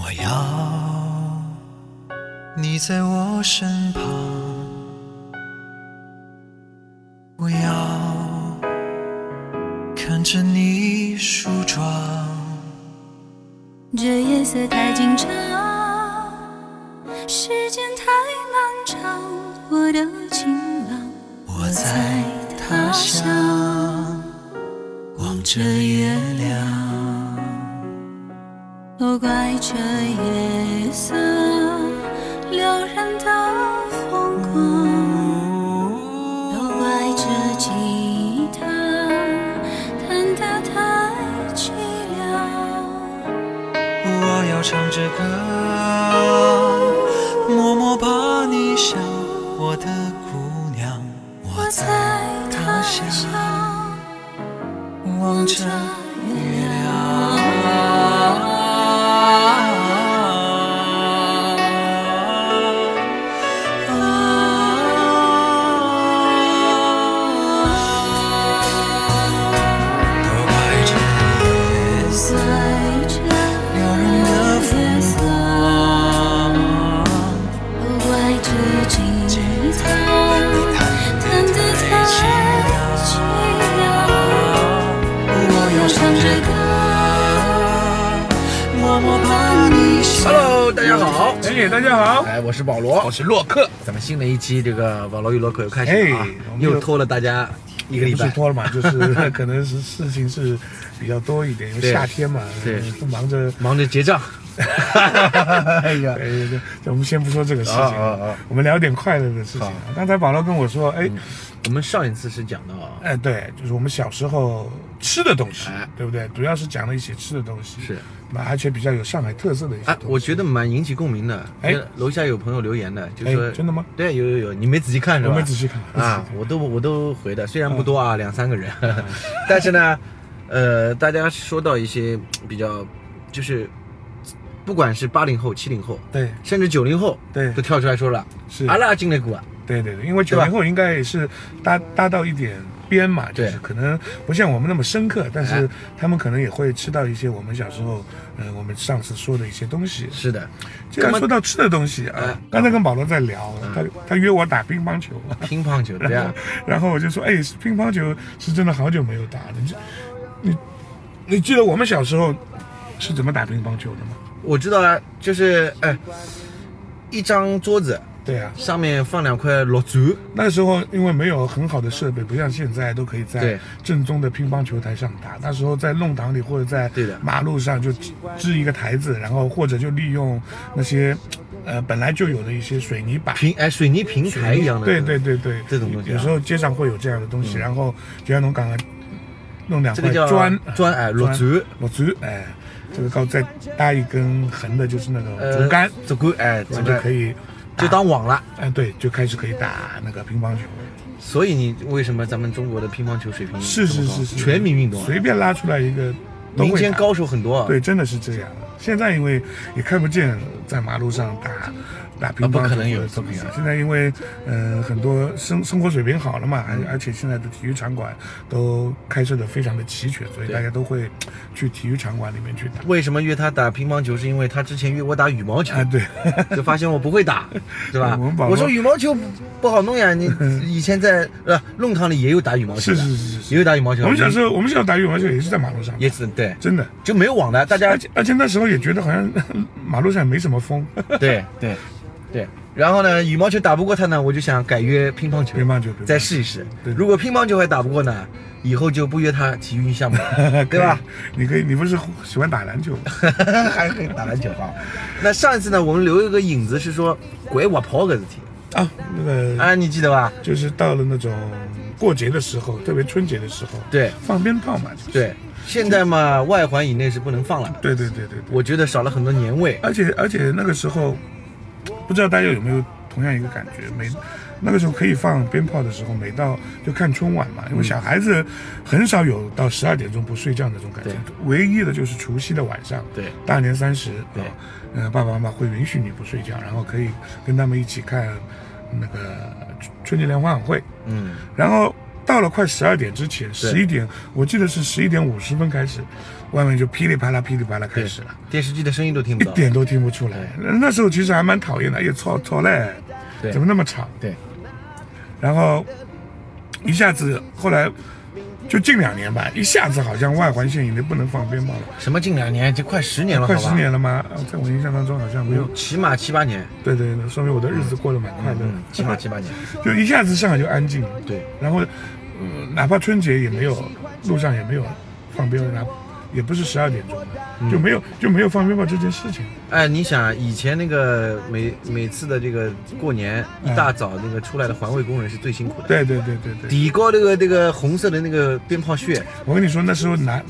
我要你在我身旁，我要看着你梳妆。 这夜色太紧张，时间太漫长，我的情郎， 我在他乡望着月亮， 都怪这夜色撩人的疯狂，都怪这吉他弹得太凄凉。 我要唱着歌，默默把你想，我的姑娘。我在他乡望着月亮。 Hello， 大家好， 大家好， 我是保罗， 我是洛克， 咱们新的一期这个保罗与洛克又开始了啊，又拖了大家一个礼拜， 不是拖了嘛，就是可能是事情是比较多一点，因为夏天嘛， 对， 忙着结账。 哎呀，我们先不说这个事情，我们聊点快乐的事情。刚才保罗跟我说， 我们上一次是讲到对，就是我们小时候吃的东西，对不对？主要是讲了一些吃的东西， 是， 而且比较有上海特色的一些东西。 我觉得蛮引起共鸣的。楼下有朋友留言的，就说真的吗？ 对，有，你没仔细看是吧？ 我没仔细看啊，我都回的，虽然不多啊，2-3个人，但是呢，大家说到一些比较，就是不管是80后、70后， 对， 甚至90后， 对， 都跳出来说了， 是阿拉经历过啊。 对，因为90后应该也是搭到一点边嘛，就是可能不像我们那么深刻，但是他们可能也会吃到一些我们小时候，我们上次说的一些东西。 是的， 既然说到吃的东西啊，刚才跟保罗在聊，他约我打乒乓球， 对啊， 然后我就说，乒乓球是真的好久没有打了。你记得我们小时候是怎么打乒乓球的吗？ 我知道啊，就是一张桌子。 对啊， 上面放2块绿竹。 那时候因为没有很好的设备，不像现在都可以在正宗的乒乓球台上打。那时候在弄堂里或者在马路上就支一个台子，然后或者就利用那些本来就有的一些水泥板水泥平台一样的。 对， 这种东西有时候街上会有这样的东西，然后就要弄2块砖绿竹， 这个高再搭一根横的，就是那种竹竿，这就可以就当网了。 对，就开始可以打那个乒乓球。 所以你为什么咱们中国的乒乓球水平是全民运动， 随便拉出来一个民间高手很多。 对，真的是这样。现在因为也看不见在马路上打乒乓球， 不可能有这么样。 现在因为很多生活水平好了嘛，而且现在的体育场馆都开设的非常的齐全，所以大家都会去体育场馆里面去打。 为什么约他打乒乓球？是因为他之前约我打羽毛球对， 就发现我不会打，是吧？我说羽毛球不好弄呀，你以前在弄堂里也有打羽毛球的，是也有打羽毛球。 我们小时候打羽毛球也是在马路上， 也是对， 真的就没有网的，大家而且那时候也觉得好像马路上没什么风。 对，然后呢，羽毛球打不过他呢，我就想改约乒乓球，再试一试。如果乒乓球还打不过呢，以后就不约他体育项目了，对吧？ 你不是喜欢打篮球吗？ 还可以打篮球啊。那上一次呢，我们留一个影子是说拐我跑个事情那个你记得吧？ 就是到了那种过节的时候，特别春节的时候， 对， 放鞭炮嘛， 对。现在嘛，外环以内是不能放了。 对， 我觉得少了很多年味。 而且那个时候，不知道大家有没有同样一个感觉？那个时候可以放鞭炮的时候，每到就看春晚嘛，因为小孩子很少有到12点钟不睡觉那种感觉，唯一的就是除夕的晚上， 对， 大年30，爸爸妈妈会允许你不睡觉，然后可以跟他们一起看那个春节联欢晚会，然后到了快12点之前，11点，我记得是11点50分开始，外面就噼里啪啦噼里啪啦开始了， 电视机的声音都听不到， 一点都听不出来。那时候其实还蛮讨厌的，吵嘞，怎么那么吵？ 对。 然后一下子后来就近2年吧，一下子好像外环线以内不能放鞭炮了。 什么近2年？就快10年了， 快10年了吗？在我印象当中好像没有， 起码7、8年。 对，说明我的日子过得蛮快乐的。 起码7、8年， 就一下子上海就安静了。 对， 然后哪怕春节也没有，路上也没有放鞭炮，也不是12点钟的，就没有放鞭炮这件事情。 哎，你想以前那个每次的这个过年一大早那个出来的环卫工人是最辛苦的。 对， 底高那个红色的那个鞭炮屑。 我跟你说，那时候哪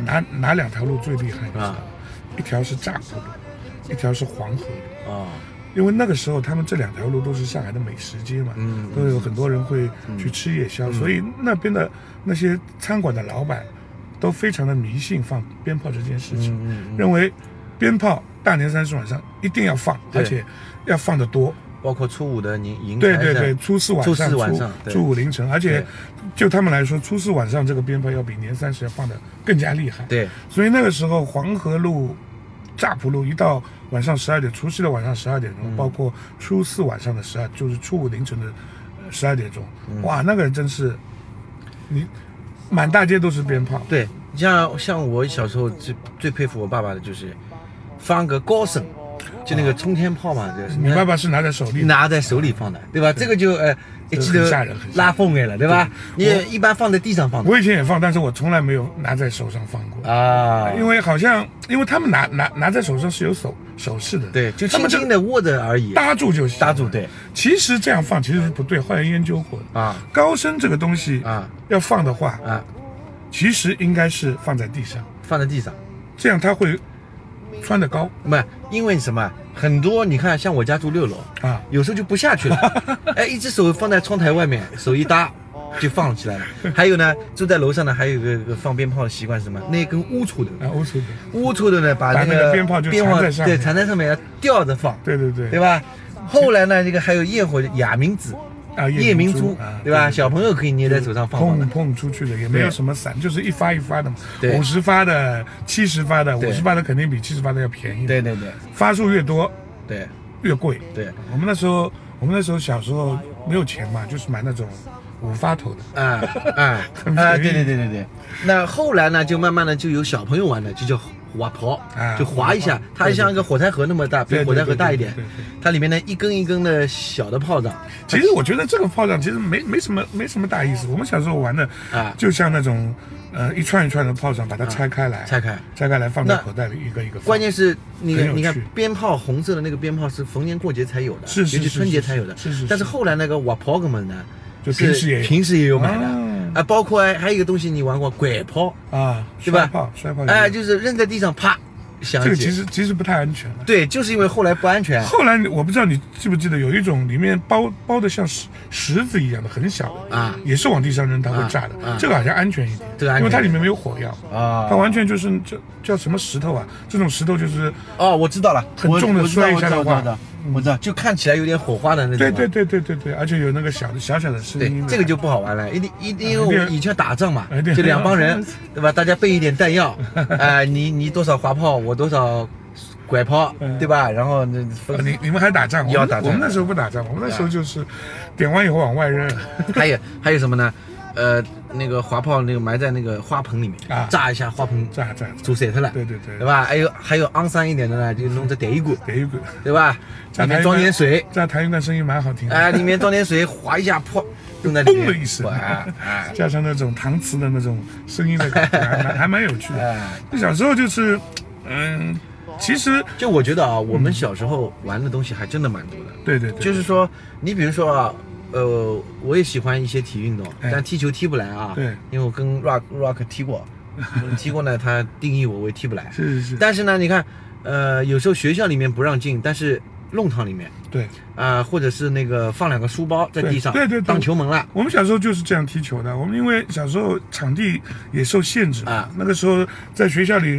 2条路最厉害啊？一条是乍浦路，一条是黄河路啊。因为那个时候他们这2条路都是上海的美食街嘛，都有很多人会去吃夜宵，所以那边的那些餐馆的老板都非常的迷信放鞭炮这件事情，认为鞭炮大年30晚上一定要放，而且要放得多， 包括初5的迎对，初4晚上，初5凌晨，而且就他们来说，初4晚上这个鞭炮要比年30要放得更加厉害。 对， 所以那个时候黄河路、乍浦路一到晚上12点，除夕的晚上12点钟，包括初4晚上的就是初5凌晨的12点钟，哇，那个真是你。满大街都是鞭炮。 对，像我小时候最佩服我爸爸的就是放个高声，就那个冲天炮嘛。 你爸爸是拿在手里放的，对吧？这个就一记头拉风来了，对吧？你一般放在地上放的。 我以前也放，但是我从来没有拿在手上放过啊，因为他们拿在手上是有手势的， 对，就轻轻的握着而已， 搭住就行。 搭住，对。 其实这样放其实是不对，后来研究过的啊。高声这个东西啊，要放的话啊，其实应该是放在地上，这样它会穿得高。 不，因为什么？很多你看，像我家住6楼啊，有时候就不下去了，哎，一只手放在窗台外面，手一搭就放起来了。还有呢，住在楼上呢，还有一个放鞭炮的习惯是什么？那根乌粗的乌粗的呢，把那个鞭炮就缠在上面， 对，缠在上面要吊着放， 对吧？后来呢，这个还有焰火哑明子。夜明珠，对吧？小朋友可以捏在手上放的， 砰出去的，也没有什么伞，就是一发一发的嘛。50发的、70发的，50发的肯定比70发的要便宜。 对， 发数越多， 对， 越贵。 对， 我们那时候小时候没有钱嘛，就是买那种5发头的。 对。那后来呢，就慢慢的就有小朋友玩的，就叫滑炮，就滑一下，它像一个火柴盒那么大，比火柴盒大一点。它里面呢一根一根的小的炮仗。 其实我觉得这个炮仗其实没什么大意思。我们小时候玩的就像那种一串一串的炮仗，把它拆开来放在口袋里，一个一个放。 关键是你看鞭炮，红色的那个鞭炮是逢年过节才有的，尤其春节才有的。但是后来那个滑炮哥们呢， 就平时也有买的。包括还有一个东西你玩过拐炮啊， 对吧？ 摔炮， 就是扔在地上啪响起。 这个其实不太安全了。 对，就是因为后来不安全。 后来我不知道你记不记得，有一种里面包的像石子一样的很小的啊，也是往地上扔它会炸的，这个好像安全一点，因为它里面没有火药啊，它完全就是叫什么石头啊？这种石头就是我知道了， 很重的摔一下的话。 我知道，就看起来有点火花的那种。 对，而且有那个小小的声音。 对，这个就不好玩了，因为我们以前打仗嘛，就2帮人，对吧？大家备一点弹药，你多少滑炮，我多少拐炮，对吧？然后你们还打仗？ 要打仗。 我们那时候不打仗，我们那时候就是点完以后往外扔。 还有什么呢？那个滑炮那个埋在那个花盆里面炸一下，花盆炸煮碎它了，对吧？还有肮脏一点的呢，就弄成电鱼罐，对吧？里面装点水， 这样弹一段声音蛮好听的。 里面装点水，划一下破，扔在里面， 嘣的一声，加上那种搪瓷的那种声音的感觉，还蛮有趣的。小时候就是，其实就我觉得我们小时候玩的东西还真的蛮多的。 对， 就是说，你比如说我也喜欢一些体育运动，但踢球踢不来啊。 对， 因为我跟 Rock 踢过呢，他定义我也踢不来。 是。 但是呢，你看，有时候学校里面不让进，但是弄堂里面， 对， 或者是那个放2个书包在地上， 对， 当球门了。 我们小时候就是这样踢球的。我们因为小时候场地也受限制那个时候在学校里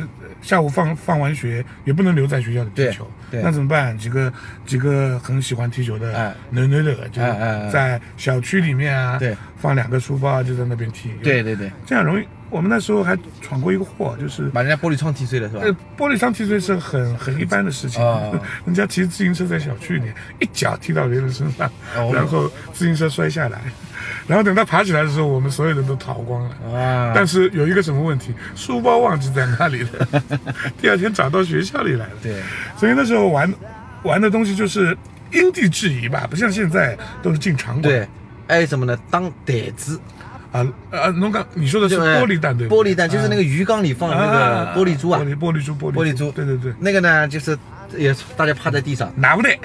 下午放完学也不能留在学校里踢球，那怎么办？几个很喜欢踢球的男的就在小区里面啊，放2个书包就在那边踢。 对， 这样容易。我们那时候还闯过一个祸，就是把人家玻璃窗踢碎了，是吧？ 玻璃窗踢碎是很一般的事情，人家骑自行车在小区里一脚踢到别人身上，然后自行车摔下来，然后等他爬起来的时候，我们所有人都逃光了。但是有一个什么问题，书包忘记在那里了，第2天找到学校里来了。 对， 所以那时候玩的东西就是因地制宜吧，不像现在都是进场馆。 对，还有什么呢？当袋子。 你说的是玻璃弹对吧？ 玻璃弹就是那个鱼缸里放的那个玻璃珠啊， 玻璃珠，对， 那个呢就是也大家趴在地上拿不得，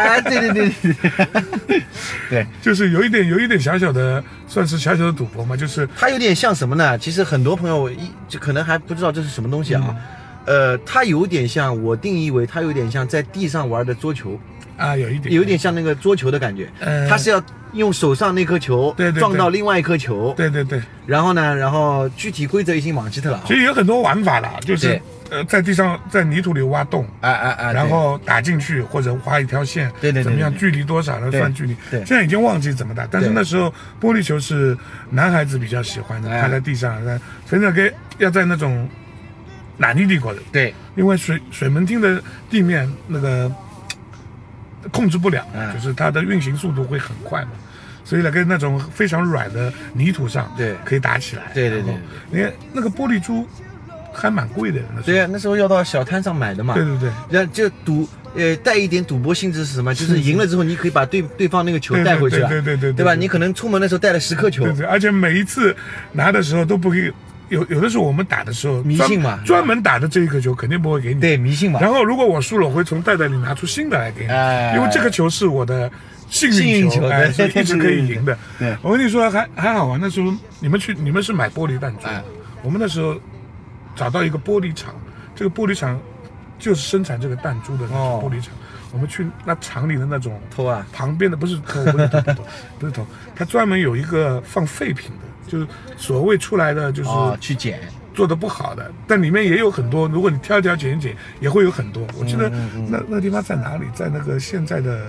对， 就是有一点小小的，算是小小的赌博嘛，就是它有点像什么呢？其实很多朋友就可能还不知道这是什么东西啊，它有点像，我定义为它有点像在地上玩的桌球啊， 有点像那个桌球的感觉，它是要用手上那颗球撞到另外一颗球， 对， 然后具体规则已经忘记了。 其实有很多玩法了，就是在地上在泥土里挖洞，然后打进去或者画一条线， 对， 怎么样距离多少来算距离。现在已经忘记怎么打，但是那时候玻璃球是男孩子比较喜欢的，趴在地上，真的要在那种软泥地过的， 对， 因为水门厅的地面那个控制不了，就是它的运行速度会很快嘛，所以跟那种非常软的泥土上，可以打起来。 对， 你看那个玻璃珠还蛮贵的， 对啊，那时候要到小摊上买的嘛。 对， 然后就带一点赌博性质是什么？就是赢了之后，你可以把对方那个球带回去了，对吧？你可能出门的时候带了10颗球， 对，而且每一次拿的时候都不可以。有的时候我们打的时候迷信嘛， 专门打的这一颗球肯定不会给你， 对，迷信嘛。 然后如果我输了，我会从袋里拿出新的来给你，因为这个球是我的幸运球，所以一直可以赢的。 对， 我跟你说还好玩。那时候你们是买玻璃弹珠，我们那时候找到一个玻璃厂，这个玻璃厂就是生产这个弹珠的那种玻璃厂。我们去那厂里的那种偷啊， 旁边的不是偷，不是偷，它专门有一个放废品的。就是所谓出来的，就是去捡做的不好的，但里面也有很多。如果你挑捡一捡，也会有很多。我记得那地方在哪里？在那个现在的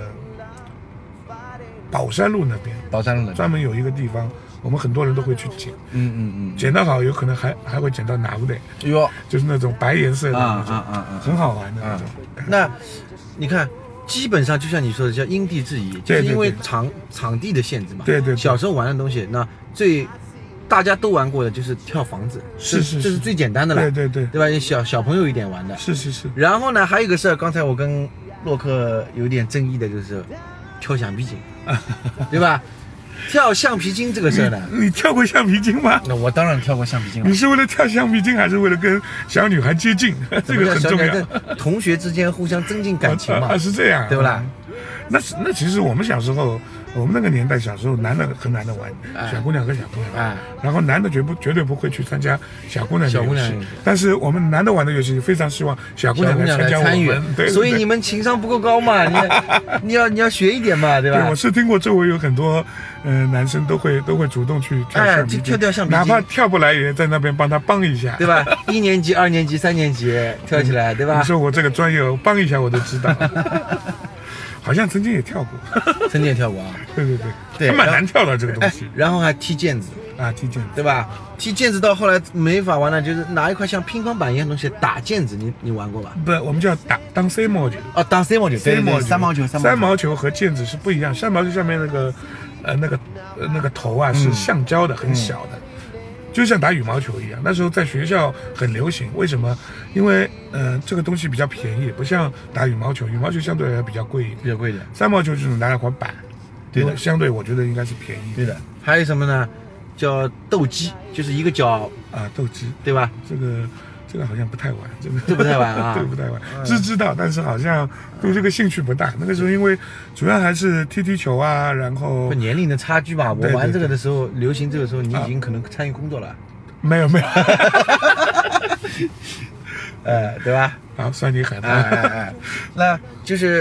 宝山路那边，专门有一个地方，我们很多人都会去捡。捡得好，有可能还会捡到拿不得。就是那种白颜色的那种，很好玩的那种。 那你看。基本上就像你说的，叫因地制宜，就是因为场地的限制嘛。 对。 小时候玩的东西，那大家都玩过的就是跳房子， 是， 这是最简单的了。 对， 对吧？小朋友一点玩的。 是。 然后呢，还有一个事儿，刚才我跟洛克有点争议的就是跳橡皮筋，对吧？跳橡皮筋这个事儿呢， 你跳过橡皮筋吗？ 那我当然跳过橡皮筋了。 你是为了跳橡皮筋，还是为了跟小女孩接近？这个很重要。 同学之间互相增进感情嘛， 是这样， 对不啦？ 那其实我们小时候，我们那个年代小时候，男的和男的玩，小姑娘和小姑娘，然后男的绝对不会去参加小姑娘的游戏，但是我们男的玩的游戏非常希望小姑娘来参与，对， 所以你们情商不够高嘛，你要学一点嘛，对吧？ 对，我是听过周围有很多男生都会主动去跳橡皮筋， 跳橡皮筋， 哪怕跳不来也在那边帮他帮一下， 对吧？1年级、2年级、3年级跳起来，对吧？ 你说我这个专业，我帮一下我都知道。好像曾经也跳过， 啊！ 对，还蛮难跳的这个东西。 然后还踢毽子啊，踢毽子， 对吧？踢毽子到后来没法玩了，就是拿一块像乒乓板一样的东西打毽子，你玩过吧？ 不，我们叫当三毛球。 当三毛球，对， 三毛球和毽子是不一样。三毛球下面那个头啊是橡胶的，很小的。就像打羽毛球一样，那时候在学校很流行。为什么？因为这个东西比较便宜，不像打羽毛球，羽毛球相对来说比较贵一点。三毛球就是拿了块板，对的，相对我觉得应该是便宜。 对的。还有什么呢？叫斗鸡，就是一个脚啊，斗鸡， 对吧？ 这个好像不太玩， 这不太玩啊， 对，不太玩，知道，但是好像对这个兴趣不大。那个时候因为主要还是踢球啊，然后年龄的差距吧。我玩这个的时候，流行这个时候，你已经可能参与工作了。 没有， 对吧？ 好，算你狠。 那就是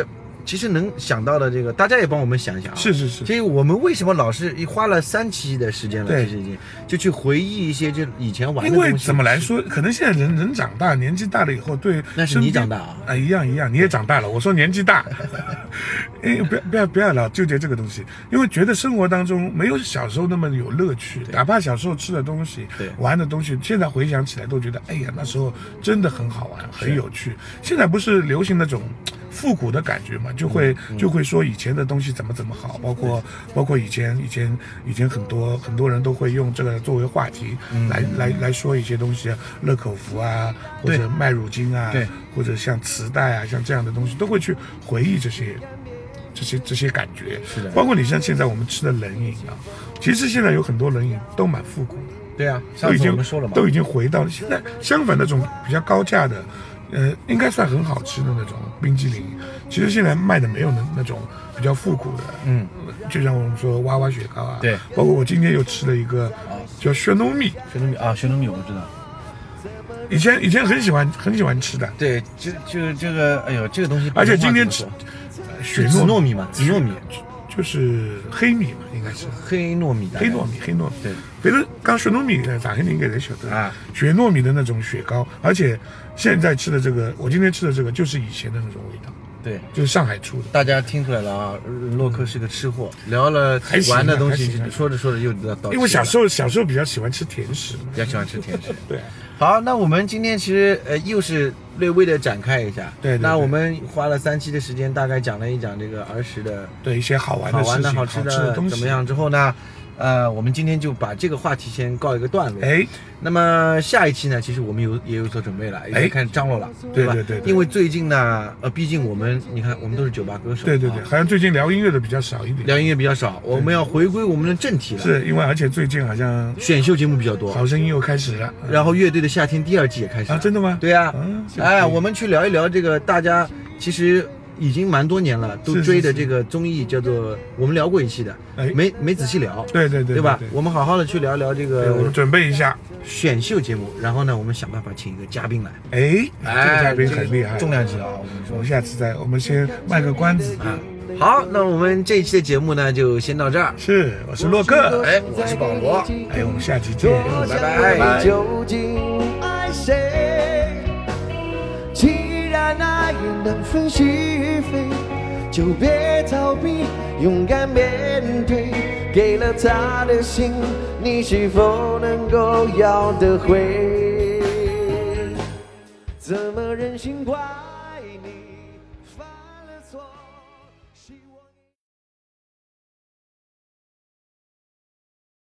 其实能想到的这个，大家也帮我们想一想啊。 是。 其实我们为什么老是花了3期的时间了， 对， 其实已经就去回忆一些就以前玩的东西。 因为怎么来说，可能现在人长大，年纪大了以后，对， 那是你长大啊， 一样，你也长大了。我说年纪大，不要老纠结这个东西，因为觉得生活当中没有小时候那么有乐趣，哪怕小时候吃的东西、玩的东西，现在回想起来都觉得，哎呀，那时候真的很好玩，很有趣。现在不是流行那种复古的感觉嘛，就会说以前的东西怎么好，包括以前很多人都会用这个作为话题来说一些东西，乐口福啊，或者麦乳精啊，或者像磁带啊，像这样的东西都会去回忆这些感觉。 是的， 包括你像现在我们吃的冷饮啊，其实现在有很多冷饮都蛮复古的。 对啊，上次我们说了嘛， 都已经回到了现在。相反，那种比较高价的，应该算很好吃的那种冰激凌，其实现在卖的没有那种比较复古的。就像我们说娃娃雪糕啊， 对， 包括我今天又吃了一个叫雪糯米我知道。 以前很喜欢吃的。 对，这个，哎呦，这个东西， 而且今天吃雪糯米嘛，紫糯米。 就是黑米嘛，应该是黑糯米。 对，比如刚雪糯米的上海人应该也晓得啊，雪糯米的那种雪糕，而且现在吃的这个，我今天吃的这个就是以前的那种味道。对，就是上海出的。 大家听出来了啊，洛克是个吃货，聊了玩的东西，说着又到。 因为小时候比较喜欢吃甜食， 对。好，那我们今天其实又是略微的展开一下。 对。 那我们花了3期的时间，大概讲了一讲这个儿时的一些好玩的、 好吃的东西怎么样之后呢？我们今天就把这个话题先告一个段落。那么下一期呢，其实我们也有所准备了，也开始张罗了，对吧？对。因为最近呢，毕竟你看，我们都是酒吧歌手。 对，好像最近聊音乐的比较少一点。 我们要回归我们的正题了。 是因为而且最近好像选秀节目比较多， 好声音又开始了， 然后乐队的夏天第2季也开始了。 真的吗？ 对啊。我们去聊一聊这个大家其实已经蛮多年了，都追的这个综艺叫做，我们聊过一期的，没仔细聊，对吧？我们好好的去聊聊这个， 我们准备一下选秀节目，然后呢，我们想办法请一个嘉宾来。 这个嘉宾很厉害， 重量级了啊！我跟你说， 我们下次我们先卖个关子啊。 好，那我们这一期的节目呢，就先到这儿。 是，我是洛克， 我是保罗， 我们下期见， 拜拜。 究竟爱谁？既然爱也能分析与非，就别逃避，勇敢面对。给了他的心，你是否能够要得回？怎么忍心挂？